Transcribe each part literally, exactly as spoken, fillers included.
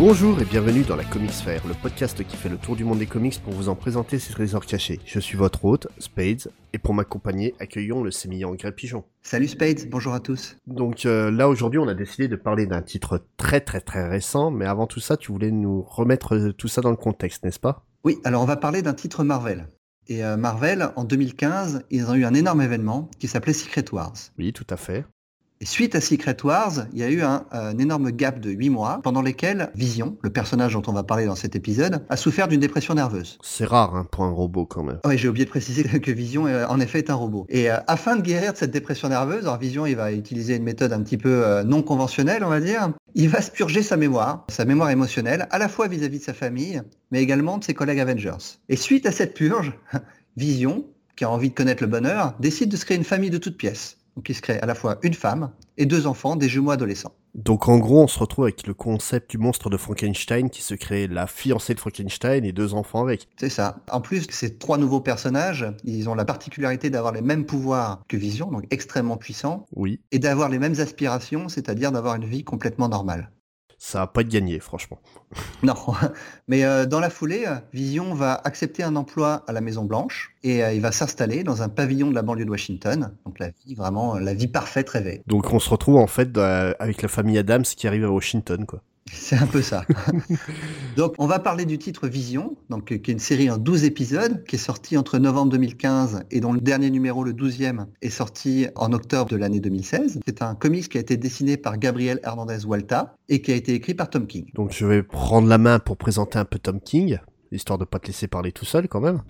Bonjour et bienvenue dans la Comics Fair, le podcast qui fait le tour du monde des comics pour vous en présenter ses trésors cachés. Je suis votre hôte, Spades, et pour m'accompagner, accueillons le sémillant Grey Pigeon. Salut Spades, bonjour à tous. Donc euh, là aujourd'hui on a décidé de parler d'un titre très très très récent, mais avant tout ça tu voulais nous remettre tout ça dans le contexte, n'est-ce pas ? Oui, alors on va parler d'un titre Marvel. Et euh, Marvel, en deux mille quinze, ils ont eu un énorme événement qui s'appelait Secret Wars. Oui, tout à fait. Et suite à Secret Wars, il y a eu un, un énorme gap de huit mois pendant lesquels Vision, le personnage dont on va parler dans cet épisode, a souffert d'une dépression nerveuse. C'est rare hein, pour un robot quand même. Oui, j'ai oublié de préciser que Vision euh, en effet est un robot. Et euh, afin de guérir de cette dépression nerveuse, alors Vision il va utiliser une méthode un petit peu euh, non conventionnelle, on va dire. Il va se purger sa mémoire, sa mémoire émotionnelle, à la fois vis-à-vis de sa famille, mais également de ses collègues Avengers. Et suite à cette purge, Vision, qui a envie de connaître le bonheur, décide de se créer une famille de toutes pièces. Donc il se crée à la fois une femme et deux enfants, des jumeaux adolescents. Donc en gros, on se retrouve avec le concept du monstre de Frankenstein qui se crée la fiancée de Frankenstein et deux enfants avec. C'est ça. En plus, ces trois nouveaux personnages, ils ont la particularité d'avoir les mêmes pouvoirs que Vision, donc extrêmement puissants, Oui. et d'avoir les mêmes aspirations, c'est-à-dire d'avoir une vie complètement normale. Ça va pas être gagné, franchement. Non, mais euh, dans la foulée, Vision va accepter un emploi à la Maison Blanche et euh, il va s'installer dans un pavillon de la banlieue de Washington. Donc la vie, vraiment, la vie parfaite rêvée. Donc on se retrouve en fait euh, avec la famille Adams qui arrive à Washington, quoi. C'est un peu ça. Donc, on va parler du titre Vision, donc, qui est une série en douze épisodes, qui est sortie entre novembre deux mille quinze et dont le dernier numéro, le douzième, est sorti en octobre de l'année deux mille seize. C'est un comics qui a été dessiné par Gabriel Hernandez Walta et qui a été écrit par Tom King. Donc je vais prendre la main pour présenter un peu Tom King, histoire de pas te laisser parler tout seul quand même.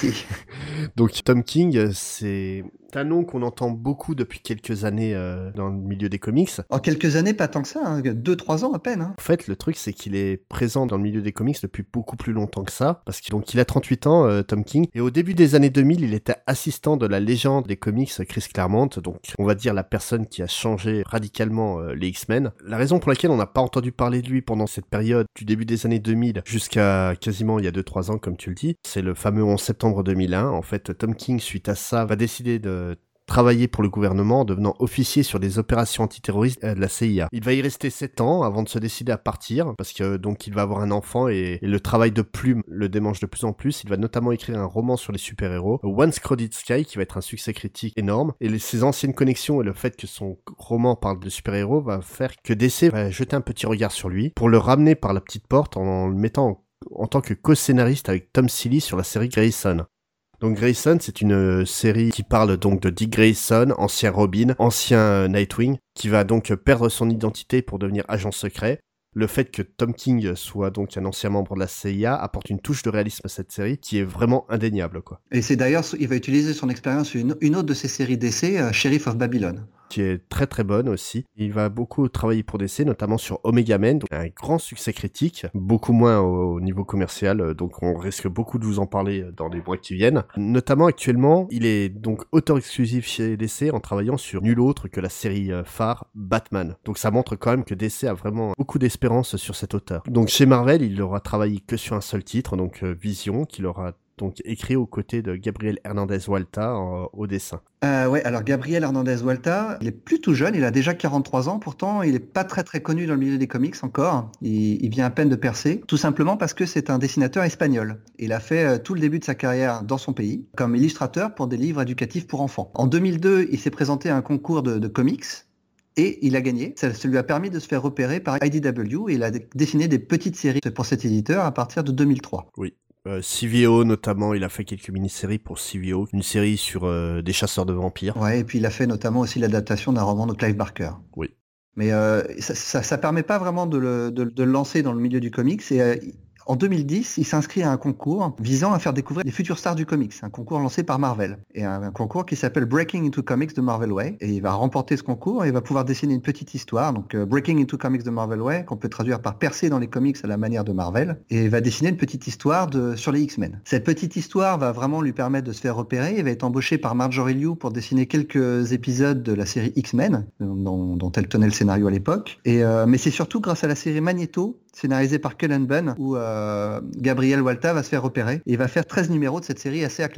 Donc Tom King, c'est un nom qu'on entend beaucoup depuis quelques années euh, dans le milieu des comics. En quelques années, pas tant que ça, hein, deux trois ans à peine. Hein. En fait, le truc, c'est qu'il est présent dans le milieu des comics depuis beaucoup plus longtemps que ça, parce qu'il donc, il a trente-huit ans, euh, Tom King, et au début des années deux mille, il était assistant de la légende des comics Chris Claremont, donc on va dire la personne qui a changé radicalement euh, les X-Men. La raison pour laquelle on n'a pas entendu parler de lui pendant cette période du début des années deux mille jusqu'à quasiment il y a deux trois ans, comme tu le dis, c'est le fameux onze septembre deux mille un. En fait, Tom King, suite à ça, va décider de travailler pour le gouvernement en devenant officier sur les opérations antiterroristes de la C I A. Il va y rester sept ans avant de se décider à partir parce que donc il va avoir un enfant et, et le travail de plume le démange de plus en plus. Il va notamment écrire un roman sur les super-héros, Once Crowded Sky, qui va être un succès critique énorme, et les, ses anciennes connexions et le fait que son roman parle de super-héros va faire que D C va jeter un petit regard sur lui pour le ramener par la petite porte en le mettant en, en tant que co-scénariste avec Tom Seeley sur la série Grayson. Donc Grayson, c'est une série qui parle donc de Dick Grayson, ancien Robin, ancien Nightwing, qui va donc perdre son identité pour devenir agent secret. Le fait que Tom King soit donc un ancien membre de la C I A apporte une touche de réalisme à cette série qui est vraiment indéniable, quoi. Et c'est d'ailleurs, il va utiliser son expérience sur une, une autre de ses séries D C, euh, Sheriff of Babylon. Qui est très très bonne aussi. Il va beaucoup travailler pour D C, notamment sur Omega Men, donc un grand succès critique, beaucoup moins au, au niveau commercial, donc on risque beaucoup de vous en parler dans les mois qui viennent. Notamment actuellement, il est donc auteur exclusif chez D C en travaillant sur nul autre que la série phare Batman. Donc ça montre quand même que D C a vraiment beaucoup d'espérance sur cet auteur. Donc chez Marvel, il aura travaillé que sur un seul titre, donc Vision, qu'il aura donc écrit aux côtés de Gabriel Hernandez Walta en, au dessin. Euh, ouais, alors Gabriel Hernandez Walta, il est plutôt jeune, il a déjà quarante-trois ans, pourtant il est pas très très connu dans le milieu des comics encore, il, il vient à peine de percer, tout simplement parce que c'est un dessinateur espagnol. Il a fait euh, tout le début de sa carrière dans son pays, comme illustrateur pour des livres éducatifs pour enfants. En deux mille deux, il s'est présenté à un concours de, de comics, et il a gagné. Ça, ça lui a permis de se faire repérer par I D W, et il a dessiné des petites séries pour cet éditeur à partir de deux mille trois. Oui. Euh, C V O notamment, il a fait quelques mini-séries pour C V O, une série sur euh, des chasseurs de vampires. Ouais, et puis il a fait notamment aussi l'adaptation d'un roman de Clive Barker. Oui. Mais euh, ça, ça, ça permet pas vraiment de le, de, de le lancer dans le milieu du comics. Et euh, en deux mille dix, il s'inscrit à un concours visant à faire découvrir les futures stars du comics, un concours lancé par Marvel. Et un, un concours qui s'appelle Breaking into Comics de Marvel Way. Et il va remporter ce concours et il va pouvoir dessiner une petite histoire. Donc euh, Breaking into Comics de Marvel Way, qu'on peut traduire par percer dans les comics à la manière de Marvel. Et il va dessiner une petite histoire de, sur les X-Men. Cette petite histoire va vraiment lui permettre de se faire repérer. Il va être embauché par Marjorie Liu pour dessiner quelques épisodes de la série X-Men, dont, dont elle tenait le scénario à l'époque. Et, euh, mais c'est surtout grâce à la série Magneto, scénarisée par Cullen Bunn, où euh, Gabriel Walta va se faire repérer et il va faire treize numéros de cette série assez acclamée.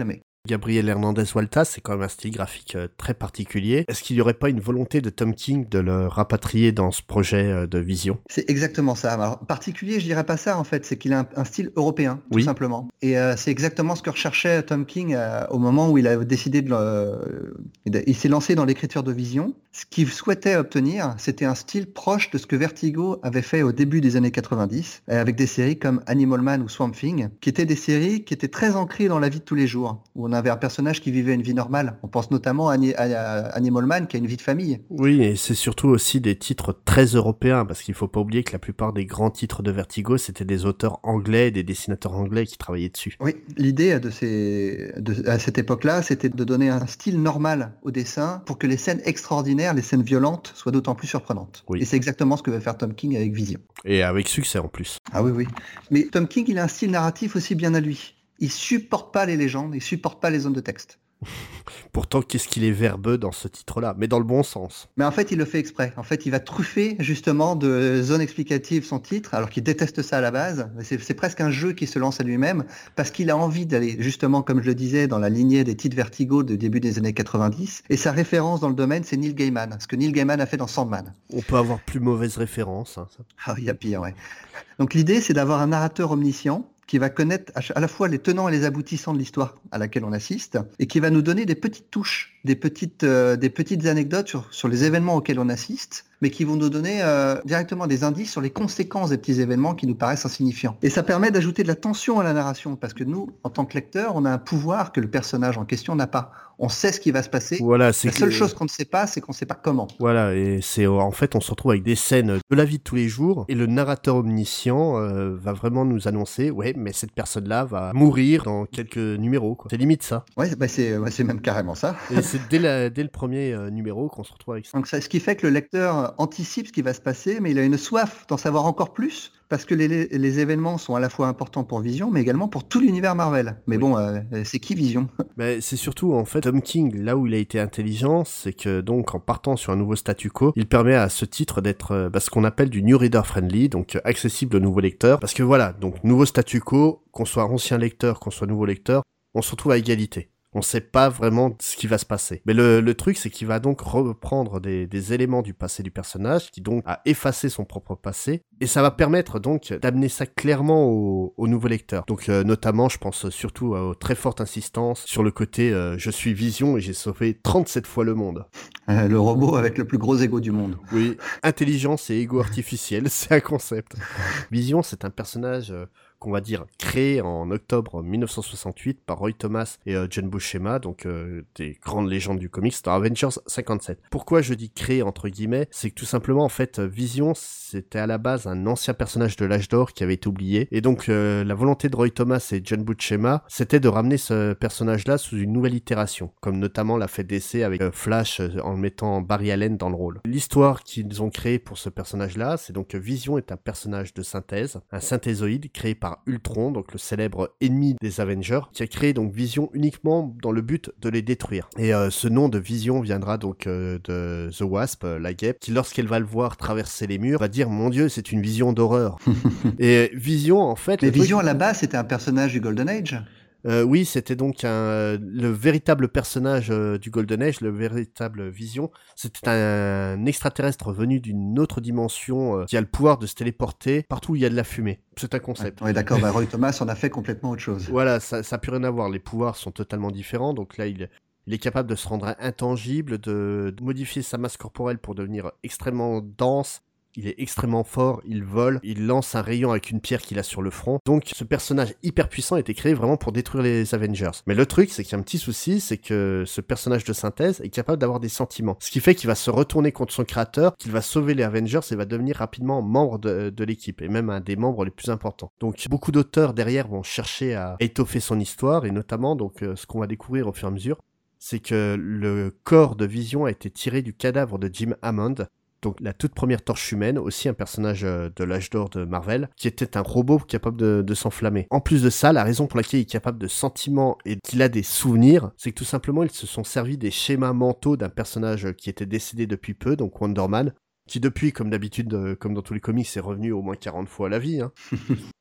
Gabriel Hernandez Walta, c'est quand même un style graphique euh, très particulier. Est-ce qu'il n'y aurait pas une volonté de Tom King de le rapatrier dans ce projet euh, de Vision? C'est exactement ça. Alors, particulier, je dirais pas ça en fait, c'est qu'il a un, un style européen, tout Oui. simplement. Et euh, c'est exactement ce que recherchait Tom King euh, au moment où il a décidé de... Le, euh, il s'est lancé dans l'écriture de Vision. Ce qu'il souhaitait obtenir, c'était un style proche de ce que Vertigo avait fait au début des années quatre-vingt-dix, euh, avec des séries comme Animal Man ou Swamp Thing, qui étaient des séries qui étaient très ancrées dans la vie de tous les jours, où on avait un personnage qui vivait une vie normale. On pense notamment à, à, à Animal Man, qui a une vie de famille. Oui, et c'est surtout aussi des titres très européens, parce qu'il faut pas oublier que la plupart des grands titres de Vertigo, c'était des auteurs anglais, des dessinateurs anglais qui travaillaient dessus. Oui, l'idée de ces, de, à cette époque-là, c'était de donner un style normal au dessin pour que les scènes extraordinaires, les scènes violentes, soient d'autant plus surprenantes. Oui. Et c'est exactement ce que veut faire Tom King avec Vision. Et avec succès en plus. Ah oui, oui. Mais Tom King, il a un style narratif aussi bien à lui. Il supporte pas les légendes, il supporte pas les zones de texte. Pourtant, qu'est-ce qu'il est verbeux dans ce titre-là, mais dans le bon sens. Mais en fait, il le fait exprès. En fait, il va truffer justement de zones explicatives son titre, alors qu'il déteste ça à la base. C'est, c'est presque un jeu qui se lance à lui-même, parce qu'il a envie d'aller justement, comme je le disais, dans la lignée des titres Vertigo de début des années quatre-vingt-dix. Et sa référence dans le domaine, c'est Neil Gaiman, ce que Neil Gaiman a fait dans Sandman. On peut avoir plus mauvaise référence. Hein, ça. Ah, il y a pire, ouais. Donc l'idée, c'est d'avoir un narrateur omniscient qui va connaître à la fois les tenants et les aboutissants de l'histoire à laquelle on assiste, et qui va nous donner des petites touches, des petites, euh, des petites anecdotes sur, sur les événements auxquels on assiste, mais qui vont nous donner euh, directement des indices sur les conséquences des petits événements qui nous paraissent insignifiants. Et ça permet d'ajouter de la tension à la narration, parce que nous, en tant que lecteurs, on a un pouvoir que le personnage en question n'a pas. On sait ce qui va se passer. Voilà, c'est la seule que... chose qu'on ne sait pas, c'est qu'on ne sait pas comment. Voilà, et c'est en fait, on se retrouve avec des scènes de la vie de tous les jours, et le narrateur omniscient euh, va vraiment nous annoncer, ouais, mais cette personne-là va mourir dans quelques numéros, quoi. C'est limite ça. Ouais, bah c'est, ouais, c'est même carrément ça. Et c'est dès, la, dès le premier euh, numéro qu'on se retrouve avec ça. Donc ça, ce qui fait que le lecteur anticipe ce qui va se passer, mais il a une soif d'en savoir encore plus, parce que les, les événements sont à la fois importants pour Vision, mais également pour tout l'univers Marvel. Mais oui. bon, euh, c'est qui Vision? Ben, c'est surtout, en fait, Tom King, là où il a été intelligent, c'est que donc, en partant sur un nouveau statu quo, il permet à ce titre d'être euh, ben, ce qu'on appelle du New Reader Friendly, donc euh, accessible aux nouveaux lecteurs. Parce que voilà, donc nouveau statu quo, qu'on soit ancien lecteur, qu'on soit nouveau lecteur, on se retrouve à égalité. On sait pas vraiment ce qui va se passer. Mais le, le truc, c'est qu'il va donc reprendre des, des éléments du passé du personnage, qui donc a effacé son propre passé, et ça va permettre donc d'amener ça clairement au, au nouveau lecteur. Donc euh, notamment, je pense surtout aux très fortes insistances sur le côté euh, « je suis Vision et j'ai sauvé trente-sept fois le monde ». Euh, le robot avec le plus gros ego du monde. Oui, intelligence et ego artificiel, c'est un concept. Vision, c'est un personnage... Euh, qu'on va dire créé en octobre dix-neuf cent soixante-huit par Roy Thomas et euh, John Buscema, donc euh, des grandes légendes du comics dans Avengers cinquante-sept. Pourquoi je dis créé entre guillemets, c'est que tout simplement en fait Vision c'était à la base un ancien personnage de l'âge d'or qui avait été oublié, et donc euh, la volonté de Roy Thomas et John Buscema c'était de ramener ce personnage-là sous une nouvelle itération, comme notamment l'a fait D C avec euh, Flash euh, en mettant Barry Allen dans le rôle. L'histoire qu'ils ont créée pour ce personnage-là, c'est donc que Vision est un personnage de synthèse, un synthézoïde créé par Ultron, donc le célèbre ennemi des Avengers, qui a créé donc Vision uniquement dans le but de les détruire. Et euh, ce nom de Vision viendra donc euh, de The Wasp, euh, la guêpe, qui lorsqu'elle va le voir traverser les murs, va dire « Mon Dieu, c'est une vision d'horreur ». Et Vision, en fait... Mais Vision, truc... à la base, c'était un personnage du Golden Age. Euh, oui, c'était donc un, euh, le véritable personnage euh, du Golden Age, le véritable Vision. C'était un, un extraterrestre venu d'une autre dimension euh, qui a le pouvoir de se téléporter partout où il y a de la fumée. C'est un concept. Oui, d'accord. Bah, Roy Thomas en a fait complètement autre chose. Voilà, ça n'a plus rien à voir. Les pouvoirs sont totalement différents. Donc là, il, il est capable de se rendre intangible, de, de modifier sa masse corporelle pour devenir extrêmement dense. Il est extrêmement fort, il vole, il lance un rayon avec une pierre qu'il a sur le front. Donc ce personnage hyper puissant a été créé vraiment pour détruire les Avengers. Mais le truc, c'est qu'il y a un petit souci, c'est que ce personnage de synthèse est capable d'avoir des sentiments. Ce qui fait qu'il va se retourner contre son créateur, qu'il va sauver les Avengers et va devenir rapidement membre de, de l'équipe, et même un des membres les plus importants. Donc beaucoup d'auteurs derrière vont chercher à étoffer son histoire, et notamment donc euh, ce qu'on va découvrir au fur et à mesure, c'est que le corps de Vision a été tiré du cadavre de Jim Hammond, donc la toute première Torche Humaine, aussi un personnage de l'âge d'or de Marvel, qui était un robot capable de, de s'enflammer. En plus de ça, la raison pour laquelle il est capable de sentiments et qu'il a des souvenirs, c'est que tout simplement ils se sont servis des schémas mentaux d'un personnage qui était décédé depuis peu, donc Wonder Man, qui depuis, comme d'habitude, euh, comme dans tous les comics, est revenu au moins quarante fois à la vie. Hein.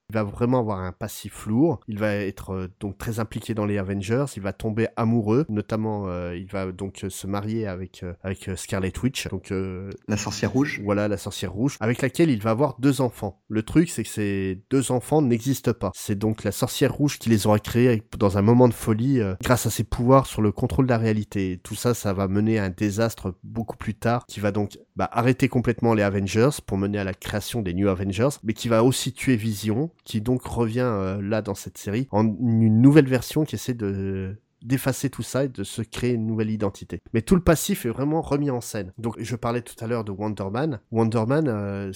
Il va vraiment avoir un passif lourd. Il va être euh, donc très impliqué dans les Avengers. Il va tomber amoureux, notamment euh, il va donc euh, se marier avec euh, avec euh, Scarlet Witch, donc euh, la sorcière rouge. Voilà, la sorcière rouge, avec laquelle il va avoir deux enfants. Le truc, c'est que ces deux enfants n'existent pas. C'est donc la sorcière rouge qui les aura créés dans un moment de folie, euh, grâce à ses pouvoirs sur le contrôle de la réalité. Et tout ça, ça va mener à un désastre beaucoup plus tard, qui va donc bah, arrêter complètement les Avengers pour mener à la création des New Avengers, mais qui va aussi tuer Vision, qui donc revient euh, là dans cette série en une nouvelle version qui essaie de d'effacer tout ça et de se créer une nouvelle identité. Mais tout le passif est vraiment remis en scène. Donc je parlais tout à l'heure de Wonder Man. Wonder Man euh,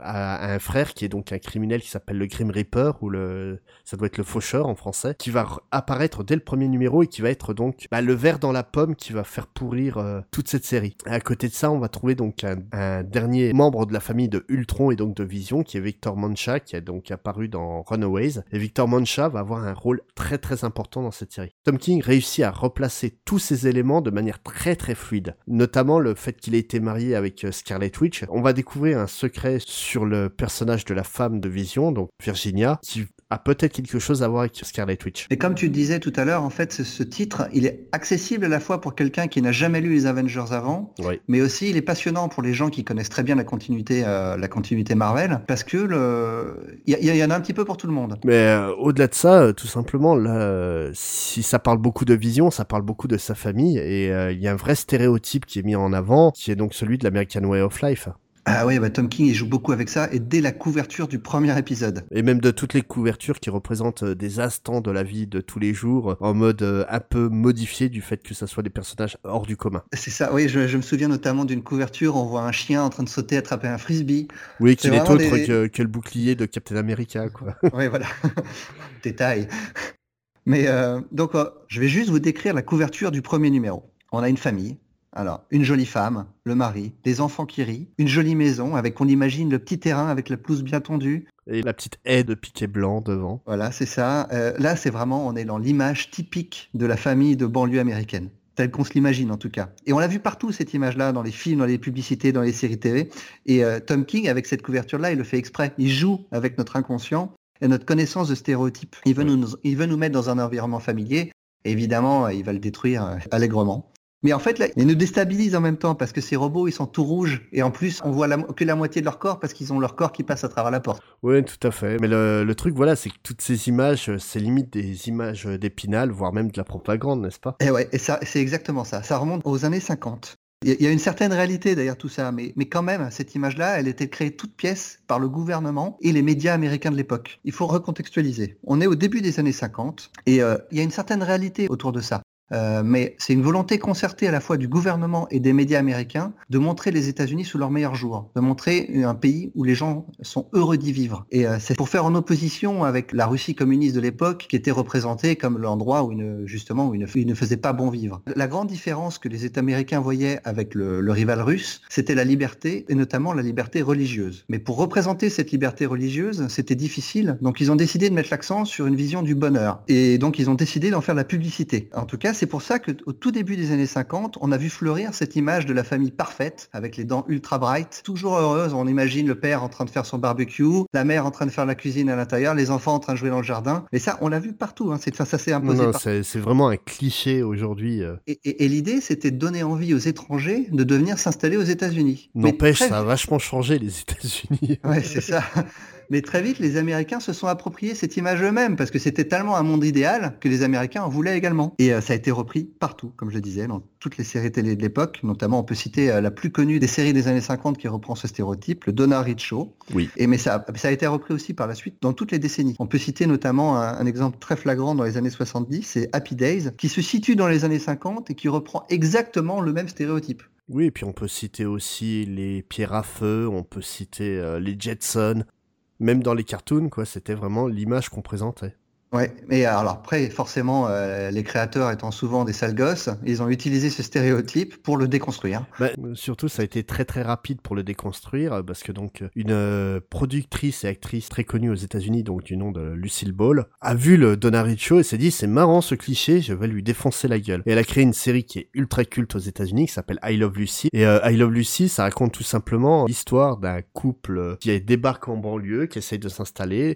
a un frère qui est donc un criminel qui s'appelle le Grim Reaper, ou le ça doit être le faucheur en français, qui va apparaître dès le premier numéro et qui va être donc bah, le ver dans la pomme qui va faire pourrir euh, toute cette série. Et à côté de ça, on va trouver donc un, un dernier membre de la famille de Ultron et donc de Vision, qui est Victor Mancha, qui est donc apparu dans Runaways. Et Victor Mancha va avoir un rôle très très important dans cette série. Tom King réussit à replacer tous ces éléments de manière très très fluide, notamment le fait qu'il ait été marié avec Scarlet Witch. On va découvrir un secret sur le personnage de la femme de Vision, donc Virginia, qui a peut-être quelque chose à voir avec Scarlet Witch. Et comme tu disais tout à l'heure, en fait, ce, ce titre, il est accessible à la fois pour quelqu'un qui n'a jamais lu les Avengers avant, oui. mais aussi il est passionnant pour les gens qui connaissent très bien la continuité, euh, la continuité Marvel, parce que le, il y, y, y en a un petit peu pour tout le monde. Mais euh, au-delà de ça, euh, tout simplement, là, euh, si ça parle beaucoup de Vision, ça parle beaucoup de sa famille, et il euh, y a un vrai stéréotype qui est mis en avant, qui est donc celui de l'American Way of Life. Ah oui, bah Tom King, il joue beaucoup avec ça, et dès la couverture du premier épisode. Et même de toutes les couvertures qui représentent des instants de la vie de tous les jours, en mode euh, un peu modifié du fait que ça soit des personnages hors du commun. C'est ça, oui, je, je me souviens notamment d'une couverture, on voit un chien en train de sauter, attraper un frisbee. Oui, qui n'est autre des... que, que le bouclier de Captain America, quoi. Oui, voilà, détail. Mais euh, donc, euh, je vais juste vous décrire la couverture du premier numéro. On a une famille. Alors, une jolie femme, le mari, des enfants qui rient, une jolie maison avec, on imagine, le petit terrain avec la pelouse bien tondue. Et la petite haie de piquet blanc devant. Voilà, c'est ça. Euh, là, c'est vraiment, on est dans l'image typique de la famille de banlieue américaine, telle qu'on se l'imagine en tout cas. Et on l'a vu partout, cette image-là, dans les films, dans les publicités, dans les séries T V. Et euh, Tom King, avec cette couverture-là, il le fait exprès. Il joue avec notre inconscient et notre connaissance de stéréotypes. Il veut, ouais. nous, il veut nous mettre dans un environnement familier. Et évidemment, il va le détruire euh, allègrement. Mais en fait, là, ils nous déstabilisent en même temps parce que ces robots, ils sont tout rouges. Et en plus, on voit la, que la moitié de leur corps parce qu'ils ont leur corps qui passe à travers la porte. Oui, tout à fait. Mais le, le truc, voilà, c'est que toutes ces images, c'est limite des images d'Épinal, voire même de la propagande, n'est-ce pas? Et ouais, et ça, c'est exactement ça. Ça remonte aux années cinquante. Il y a une certaine réalité derrière tout ça, mais, mais quand même, cette image-là, elle était créée toute pièce par le gouvernement et les médias américains de l'époque. Il faut recontextualiser. On est au début des années cinquante et euh, il y a une certaine réalité autour de ça. Euh, mais c'est une volonté concertée à la fois du gouvernement et des médias américains de montrer les États-Unis sous leurs meilleurs jours, de montrer un pays où les gens sont heureux d'y vivre. Et euh, c'est pour faire en opposition avec la Russie communiste de l'époque, qui était représentée comme l'endroit où il ne, justement où il ne, il ne faisait pas bon vivre. La grande différence que les États américains voyaient avec le, le rival russe, c'était la liberté, et notamment la liberté religieuse. Mais pour représenter cette liberté religieuse, c'était difficile, donc ils ont décidé de mettre l'accent sur une vision du bonheur. Et donc ils ont décidé d'en faire la publicité. En tout cas, c'est pour ça qu'au tout début des années cinquante, on a vu fleurir cette image de la famille parfaite, avec les dents ultra bright, toujours heureuse. On imagine le père en train de faire son barbecue, la mère en train de faire la cuisine à l'intérieur, les enfants en train de jouer dans le jardin. Et ça, on l'a vu partout. Hein. C'est, ça, ça s'est imposé non, non, partout. C'est, c'est vraiment un cliché aujourd'hui. Euh... Et, et, et l'idée, c'était de donner envie aux étrangers de devenir s'installer aux États-Unis. N'empêche, ça a vachement changé les États-Unis. Ouais, c'est ça. Mais très vite, les Américains se sont appropriés cette image eux-mêmes parce que c'était tellement un monde idéal que les Américains en voulaient également. Et euh, ça a été repris partout, comme je le disais, dans toutes les séries télé de l'époque. Notamment, on peut citer euh, la plus connue des séries des années cinquante qui reprend ce stéréotype, le Donna Reed Show. Oui. Et mais ça, ça a été repris aussi par la suite dans toutes les décennies. On peut citer notamment un, un exemple très flagrant dans les années soixante-dix, c'est Happy Days, qui se situe dans les années cinquante et qui reprend exactement le même stéréotype. Oui, et puis on peut citer aussi les Pierres à feu, on peut citer euh, les Jetsons. Même dans les cartoons, quoi, c'était vraiment l'image qu'on présentait. Ouais, mais alors après, forcément, euh, les créateurs étant souvent des sales gosses, ils ont utilisé ce stéréotype pour le déconstruire. Bah, surtout, ça a été très très rapide pour le déconstruire, parce que donc une euh, productrice et actrice très connue aux États-Unis, donc du nom de Lucille Ball, a vu le Donna Reed Show et s'est dit c'est marrant ce cliché, je vais lui défoncer la gueule. Et elle a créé une série qui est ultra culte aux États-Unis, qui s'appelle I Love Lucy. Et euh, I Love Lucy, ça raconte tout simplement l'histoire d'un couple qui débarque en banlieue, qui essaye de s'installer.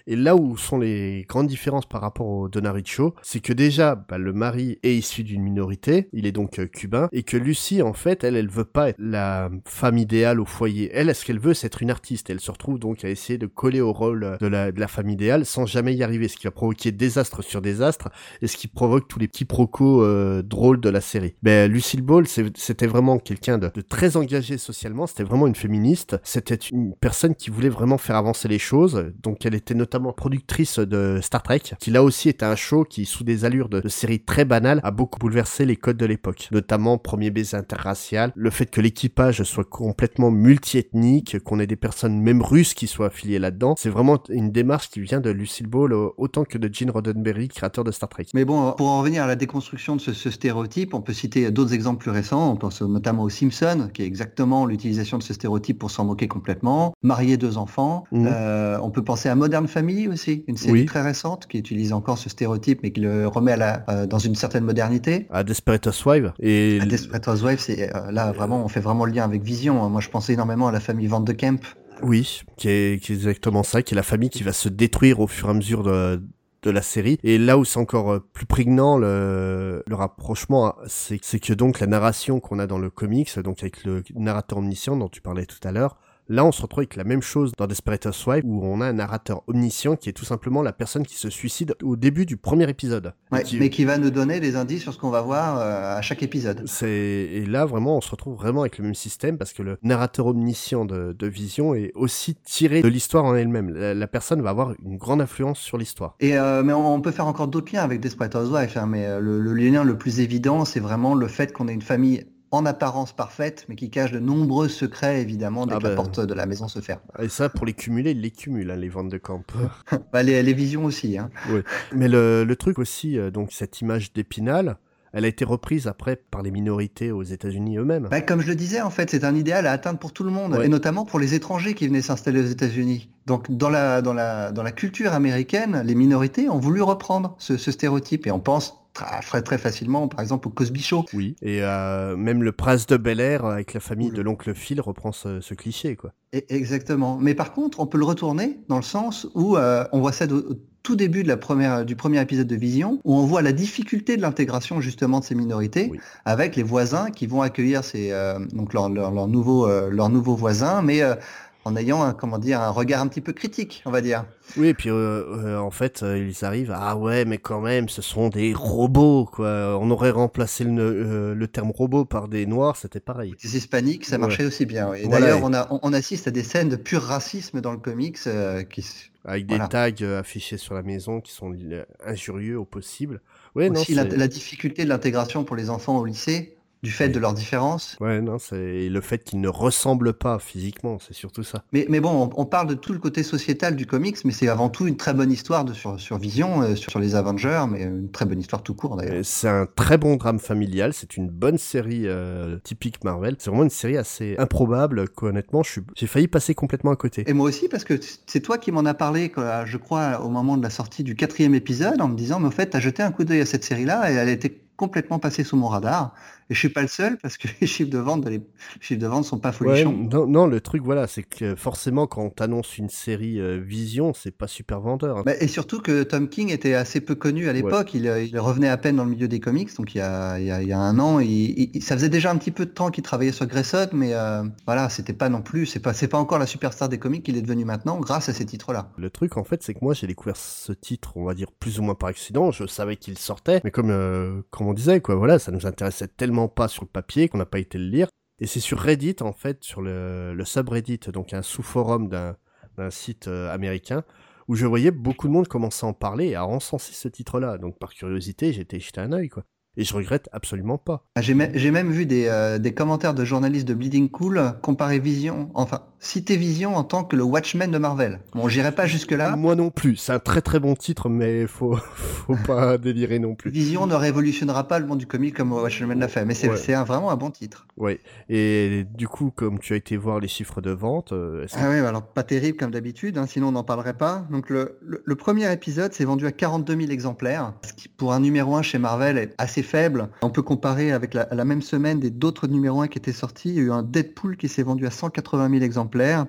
Et là où sont les grandes différences par rapport au Donna Richo, c'est que déjà, bah, le mari est issu d'une minorité, il est donc euh, cubain, et que Lucy, en fait, elle, elle veut pas être la femme idéale au foyer. Elle, ce qu'elle veut, c'est être une artiste. Elle se retrouve donc à essayer de coller au rôle de la, de la femme idéale sans jamais y arriver, ce qui va provoquer désastre sur désastre, et ce qui provoque tous les petits procos euh, drôles de la série. Ben, Lucille Ball, c'est, c'était vraiment quelqu'un de, de très engagé socialement, c'était vraiment une féministe, c'était une personne qui voulait vraiment faire avancer les choses, donc elle était notamment productrice de Star Trek, qui là aussi était un show qui, sous des allures de, de série très banales, a beaucoup bouleversé les codes de l'époque, notamment Premier baiser interracial, le fait que l'équipage soit complètement multiethnique, qu'on ait des personnes même russes qui soient affiliées là-dedans, c'est vraiment une démarche qui vient de Lucille Ball autant que de Gene Roddenberry, créateur de Star Trek. Mais bon, pour en revenir à la déconstruction de ce, ce stéréotype, on peut citer d'autres exemples plus récents, on pense notamment aux Simpsons, qui est exactement l'utilisation de ce stéréotype pour s'en moquer complètement, marier deux enfants, mmh. euh, on peut penser à Modern Family aussi, une série oui. très récente qui utilise encore ce stéréotype mais qui le remet à la, euh, dans une certaine modernité. À Desperate Housewives. Et... À Desperate Housewives, c'est, euh, là vraiment on fait vraiment le lien avec Vision, moi je pensais énormément à la famille Van de Kemp. Oui, qui est, qui est exactement ça, qui est la famille qui va se détruire au fur et à mesure de... de la série. Et là où c'est encore plus prégnant le, le rapprochement, c'est, c'est que donc la narration qu'on a dans le comics, donc avec le narrateur omniscient dont tu parlais tout à l'heure, là on se retrouve avec la même chose dans Desperate Housewives où on a un narrateur omniscient qui est tout simplement la personne qui se suicide au début du premier épisode. Ouais, qui... mais qui va nous donner des indices sur ce qu'on va voir euh, à chaque épisode. C'est... Et là vraiment on se retrouve vraiment avec le même système parce que le narrateur omniscient de, de Vision est aussi tiré de l'histoire en elle-même. La, la personne va avoir une grande influence sur l'histoire. Et euh, mais on, on peut faire encore d'autres liens avec Desperate Housewives, hein, mais le, le lien le plus évident c'est vraiment le fait qu'on ait une famille en apparence parfaite, mais qui cache de nombreux secrets, évidemment, dès ah que bah... la porte de la maison se ferme. Et ça, pour les cumuler, ils les cumulent, hein, les Van de Camp. bah, les, les visions aussi. Hein. Oui. Mais le, le truc aussi, euh, donc cette image d'Épinal, elle a été reprise après par les minorités aux États-Unis eux-mêmes. Bah, comme je le disais, en fait, c'est un idéal à atteindre pour tout le monde, ouais. Et notamment pour les étrangers qui venaient s'installer aux États-Unis. Donc, dans la, dans la, dans la culture américaine, les minorités ont voulu reprendre ce, ce stéréotype, et on pense très très facilement, par exemple, au Cosby Show. Oui, et euh, même le Prince de Bel-Air avec la famille oui. de l'oncle Phil reprend ce, ce cliché, quoi. Et, exactement. Mais par contre, on peut le retourner dans le sens où euh, on voit ça de, au tout début de la première, du premier épisode de Vision, où on voit la difficulté de l'intégration justement de ces minorités, oui. avec les voisins qui vont accueillir ces, euh, donc leurs leur, leur nouveaux euh, leur nouveau voisins, mais euh, en ayant un, comment dire, un regard un petit peu critique, on va dire. Oui, et puis euh, euh, en fait, euh, ils arrivent, ah ouais, mais quand même, ce sont des robots, quoi. On aurait remplacé le, euh, le terme robot par des noirs, c'était pareil. Les hispaniques, ça marchait ouais. aussi bien. Oui. Et voilà. D'ailleurs, on, a, on, on assiste à des scènes de pur racisme dans le comics. Euh, qui, Avec voilà. des tags affichés sur la maison qui sont injurieux au possible. Ouais, aussi non, la, la difficulté de l'intégration pour les enfants au lycée. Du fait de leurs différences. Ouais, non, c'est le fait qu'ils ne ressemblent pas physiquement, c'est surtout ça. Mais, mais bon, on, on parle de tout le côté sociétal du comics, mais c'est avant tout une très bonne histoire de, sur, sur Vision, euh, sur, sur les Avengers, mais une très bonne histoire tout court d'ailleurs. C'est un très bon drame familial, c'est une bonne série euh, typique Marvel. C'est vraiment une série assez improbable, qu'honnêtement, je suis... j'ai failli passer complètement à côté. Et moi aussi, parce que c'est toi qui m'en as parlé, quoi, je crois, au moment de la sortie du quatrième épisode, en me disant, mais au fait, t'as jeté un coup d'œil à cette série-là, et elle a été complètement passée sous mon radar. Et je suis pas le seul parce que les chiffres de vente, les chiffres de vente sont pas folichons. Ouais, non, non, le truc, voilà, c'est que forcément, quand on t'annonce une série euh, Vision, c'est pas super vendeur. Hein. Bah, et surtout que Tom King était assez peu connu à l'époque. Ouais. Il, il revenait à peine dans le milieu des comics, donc il y a, il y a, il y a un an. Il, il, ça faisait déjà un petit peu de temps qu'il travaillait sur Grayson, mais euh, voilà, c'était pas non plus, c'est pas, c'est pas encore la superstar des comics qu'il est devenu maintenant grâce à ces titres-là. Le truc, en fait, c'est que moi, j'ai découvert ce titre, on va dire plus ou moins par accident. Je savais qu'il sortait, mais comme, euh, comme on disait, quoi, voilà, ça nous intéressait tellement pas sur le papier qu'on n'a pas été le lire. Et c'est sur Reddit, en fait, sur le, le subreddit, donc un sous-forum d'un, d'un site euh, américain, où je voyais beaucoup de monde commencer à en parler et à encenser ce titre-là. Donc par curiosité, j'ai été jeter un œil, quoi. Et je regrette absolument pas. J'ai, m- j'ai même vu des, euh, des commentaires de journalistes de Bleeding Cool comparer Vision, enfin, citer Vision en tant que le Watchmen de Marvel. Bon, j'irai pas jusque-là. Moi non plus. C'est un très très bon titre, mais faut, faut pas délirer non plus. Vision ne révolutionnera pas le monde du comic comme Watchmen l'a fait, mais c'est, ouais. c'est un, vraiment un bon titre. Ouais. Et du coup, comme tu as été voir les chiffres de vente... Euh, ah oui, alors pas terrible comme d'habitude, hein, sinon on n'en parlerait pas. Donc le, le, le premier épisode s'est vendu à quarante-deux mille exemplaires, ce qui pour un numéro un chez Marvel est assez faible. On peut comparer avec la, la même semaine des d'autres numéros un qui étaient sortis. Il y a eu un Deadpool qui s'est vendu à cent quatre-vingt mille exemplaires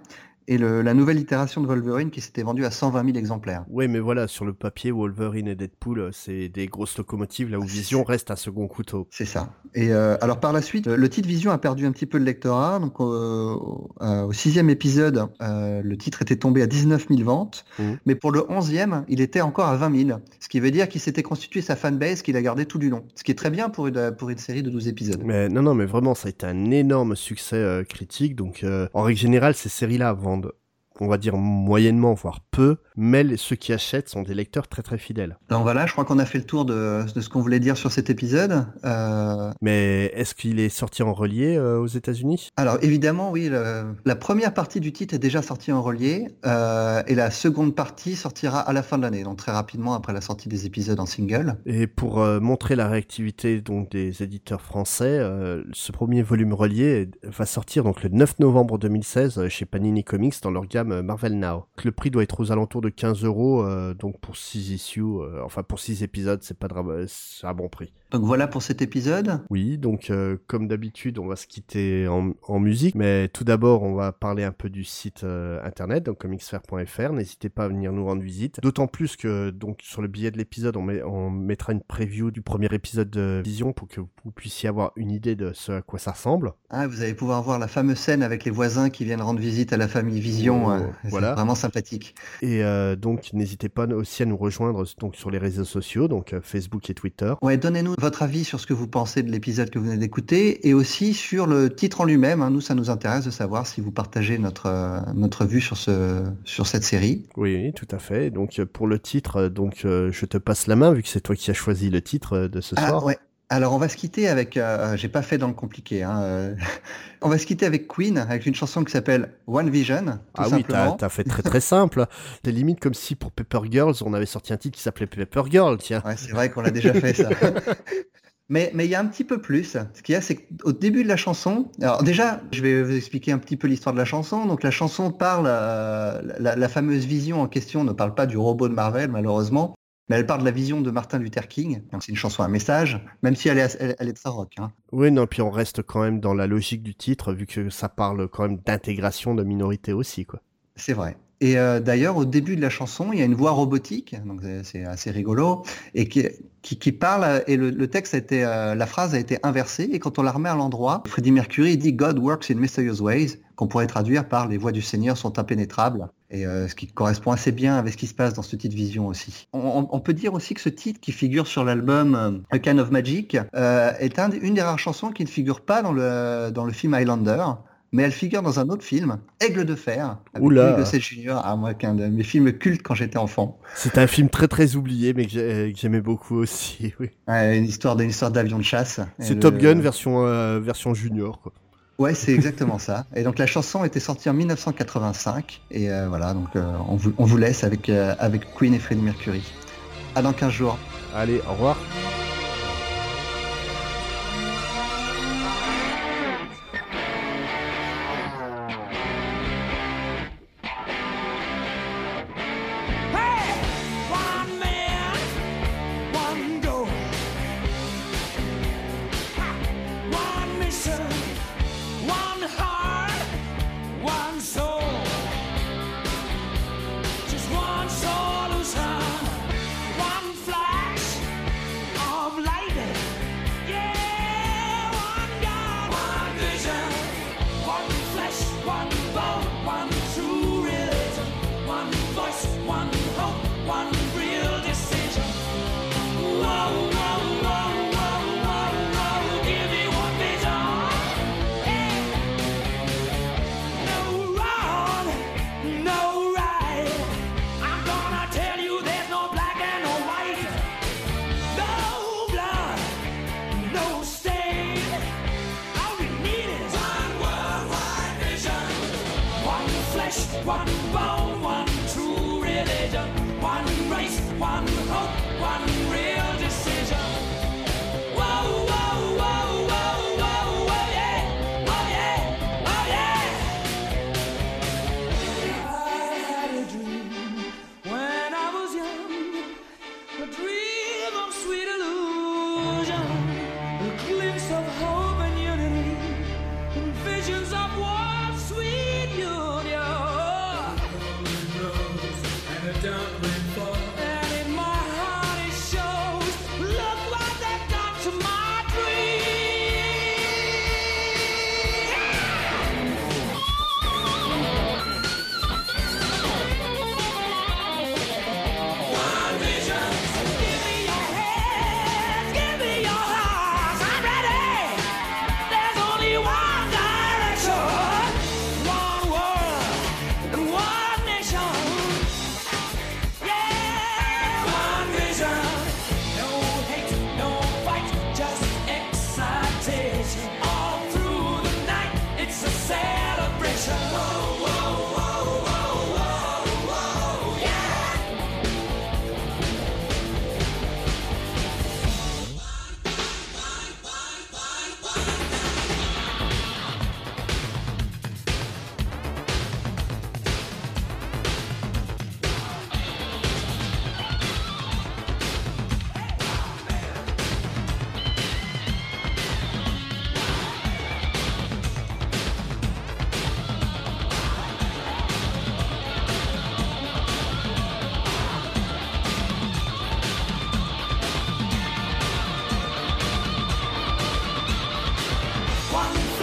et le, la nouvelle itération de Wolverine qui s'était vendue à cent vingt mille exemplaires. Ouais, mais voilà, sur le papier, Wolverine et Deadpool, c'est des grosses locomotives, là où Vision reste un second couteau. C'est ça. Et euh, alors par la suite, le titre Vision a perdu un petit peu de lectorat. Donc euh, euh, au sixième épisode, euh, le titre était tombé à dix-neuf mille ventes, mmh. mais pour le onzième, il était encore à vingt mille. Ce qui veut dire qu'il s'était constitué sa fanbase qu'il a gardé tout du long. Ce qui est très bien pour une, pour une série de douze épisodes. Mais non, non, mais vraiment, ça a été un énorme succès euh, critique. Donc euh, en règle générale, ces séries-là vendent, on va dire moyennement, voire peu, mais les, ceux qui achètent sont des lecteurs très très fidèles. Donc voilà, je crois qu'on a fait le tour de, de ce qu'on voulait dire sur cet épisode. Euh... Mais est-ce qu'il est sorti en relié euh, aux États-Unis ? Alors évidemment, oui, le, la première partie du titre est déjà sortie en relié, euh, et la seconde partie sortira à la fin de l'année, donc très rapidement après la sortie des épisodes en single. Et pour euh, montrer la réactivité donc des éditeurs français, euh, ce premier volume relié va sortir donc le neuf novembre deux mille seize chez Panini Comics dans leur gamme Marvel Now. Le prix doit être aux alentours de quinze euros, euh, donc pour six issues, euh, enfin pour six épisodes, c'est pas de... c'est un bon prix. Donc voilà pour cet épisode. Oui, donc euh, comme d'habitude, on va se quitter en, en musique, mais tout d'abord, on va parler un peu du site euh, internet, donc comicsfair point f r. N'hésitez pas à venir nous rendre visite. D'autant plus que donc sur le billet de l'épisode, on, met, on mettra une preview du premier épisode de Vision pour que vous puissiez avoir une idée de ce à quoi ça ressemble. Ah, vous allez pouvoir voir la fameuse scène avec les voisins qui viennent rendre visite à la famille Vision. Oh, euh, voilà. C'est vraiment sympathique. Et euh, donc, n'hésitez pas aussi à nous rejoindre donc sur les réseaux sociaux, donc euh, Facebook et Twitter. Ouais, donnez-nous votre avis sur ce que vous pensez de l'épisode que vous venez d'écouter et aussi sur le titre en lui-même. Hein. Nous, ça nous intéresse de savoir si vous partagez notre euh, notre vue sur ce sur cette série. Oui, oui, tout à fait. Donc pour le titre, donc euh, je te passe la main vu que c'est toi qui as choisi le titre de ce ah, soir. Ouais. Alors on va se quitter avec, euh, j'ai pas fait dans le compliqué, hein, euh, on va se quitter avec Queen, avec une chanson qui s'appelle One Vision, tout ah simplement. oui, t'as, t'as fait très très simple. C'est limite comme si pour Paper Girls, on avait sorti un titre qui s'appelait Paper Girl, tiens. Ouais, c'est vrai qu'on l'a déjà fait ça. Mais mais il y a un petit peu plus. Ce qu'il y a, c'est qu'au début de la chanson, alors déjà, je vais vous expliquer un petit peu l'histoire de la chanson. Donc la chanson parle, euh, la, la fameuse Vision en question ne parle pas du robot de Marvel, malheureusement. Mais elle parle de la vision de Martin Luther King. Donc c'est une chanson à message, même si elle est, elle, elle est de sa rock. Hein. Oui, non, puis on reste quand même dans la logique du titre, vu que ça parle quand même d'intégration de minorités aussi, quoi. C'est vrai. Et euh, d'ailleurs, au début de la chanson, il y a une voix robotique, donc c'est, c'est assez rigolo, et qui, qui, qui parle, et le, le texte a été, euh, la phrase a été inversée, et quand on la remet à l'endroit, Freddie Mercury dit « God works in mysterious ways », qu'on pourrait traduire par « Les voies du Seigneur sont impénétrables », et euh, ce qui correspond assez bien avec ce qui se passe dans ce titre Vision aussi. On, on peut dire aussi que ce titre qui figure sur l'album euh, A Kind of Magic euh, est un, une des rares chansons qui ne figure pas dans le, dans le film Highlander, mais elle figure dans un autre film, Aigle de Fer, avec Louis Gossett Junior, ah, moi, qu'un de mes films cultes quand j'étais enfant. C'est un film très très oublié, mais que, j'ai, que j'aimais beaucoup aussi, oui. Ouais, une histoire d'une histoire d'avion de chasse. C'est Top le... Gun version, euh, version junior, quoi. Ouais, c'est exactement ça. Et donc la chanson était sortie en dix-neuf cent quatre-vingt-cinq, et euh, voilà, donc euh, on, vous, on vous laisse avec, euh, avec Queen et Freddie Mercury. À dans quinze jours. Allez, au revoir. One bone, one true religion, one race, one hope, one real decision. Whoa, whoa, whoa, whoa, whoa, whoa, yeah, oh yeah, oh yeah. I had a dream when I was young, a dream of sweet illusion, a glimpse of hope and unity, and visions of one sweet union.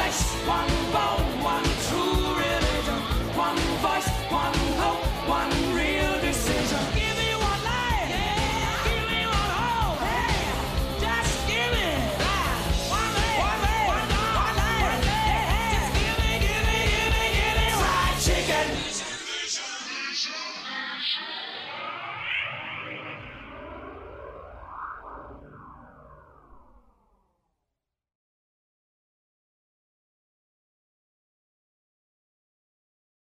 race, one bone,